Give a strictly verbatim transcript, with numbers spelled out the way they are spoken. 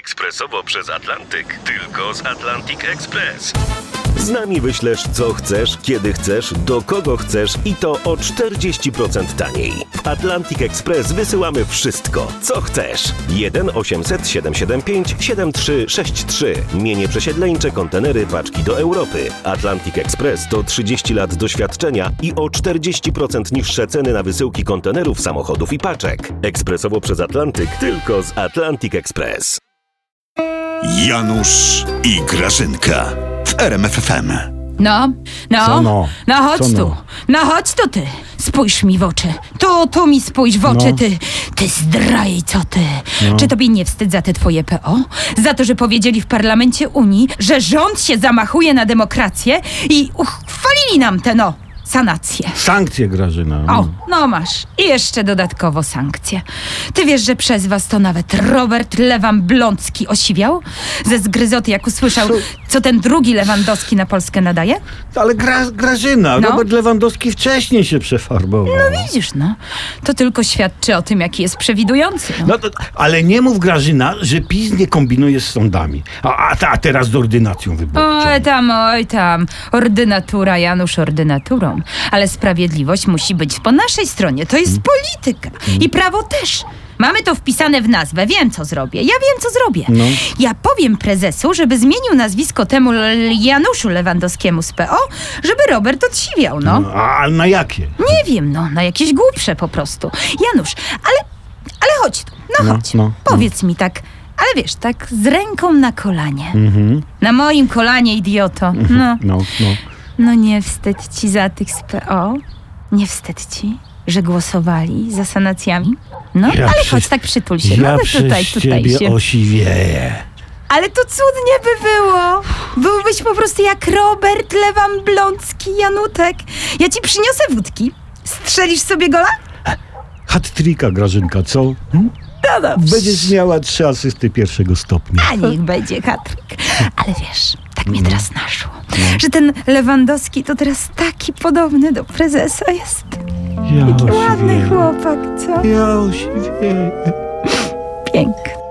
Ekspresowo przez Atlantyk. Tylko z Atlantic Express. Z nami wyślesz co chcesz, kiedy chcesz, do kogo chcesz i to o czterdzieści procent taniej. W Atlantic Express wysyłamy wszystko, co chcesz. jeden osiemset siedemset siedemdziesiąt pięć siedemdziesiąt trzy sześćdziesiąt trzy. Mienie przesiedleńcze, kontenery, paczki do Europy. Atlantic Express to trzydzieści lat doświadczenia i o czterdzieści procent niższe ceny na wysyłki kontenerów, samochodów i paczek. Ekspresowo przez Atlantyk, tylko z Atlantic Express. Janusz i Grażynka w R M F F M. No, no, Co no? no chodź Co tu, no? no chodź tu ty, spójrz mi w oczy, tu, tu mi spójrz w oczy, No. ty, ty zdrajco ty. No. Czy tobie nie wstyd za te twoje P O? Za to, że powiedzieli w Parlamencie Unii, że rząd się zamachuje na demokrację i uchwalili nam te, no, sanacje. Sankcje, Grażyna. O, no masz. I jeszcze dodatkowo sankcje. Ty wiesz, że przez was to nawet Robert Lewandowski osiwiał? Ze zgryzoty, jak usłyszał, co ten drugi Lewandowski na Polskę nadaje? Ale Gra, Grażyna, No. Robert Lewandowski wcześniej się przefarbował. No widzisz, no. To tylko świadczy o tym, jaki jest przewidujący. No. No to, ale nie mów, Grażyna, że PiS nie kombinuje z sądami. A, a, a teraz z ordynacją wyborczą. Oj tam, oj tam. Ordynatura, Janusz, ordynaturą. Ale sprawiedliwość musi być po naszej stronie. To jest polityka. I prawo też. Mamy to wpisane w nazwę. Wiem, co zrobię. Ja wiem, co zrobię. No. Ja powiem prezesu, żeby zmienił nazwisko temu L- Januszu Lewandowskiemu z P O, żeby Robert odsiwiał, no. No, a na jakie? Nie wiem, no. Na jakieś głupsze po prostu. Janusz, ale, ale chodź tu. No, No, chodź. no, Powiedz mi tak, ale wiesz, tak z ręką na kolanie. Mhm. Na moim kolanie, idioto. No. No, no. No nie wstyd ci za tych z P O? Nie wstyd ci, że głosowali za sanacjami? No, Ja ale przez- chodź, tak przytul się. Ja no, przez tutaj, tutaj ciebie się. osiwieję. Ale to cudnie by było. Byłbyś po prostu jak Robert Lewandowski, Janutek. Ja ci przyniosę wódki. Strzelisz sobie gola? Hat-tricka, Grażynka, co? Hm? No dobrze. Będziesz miała trzy asysty pierwszego stopnia. A niech będzie hatryk. Ale wiesz, tak mnie No. teraz naszło, że ten Lewandowski to teraz taki podobny do prezesa jest. Ja Taki ładny osiwieję. chłopak, co? Ja osiwieję. Piękny.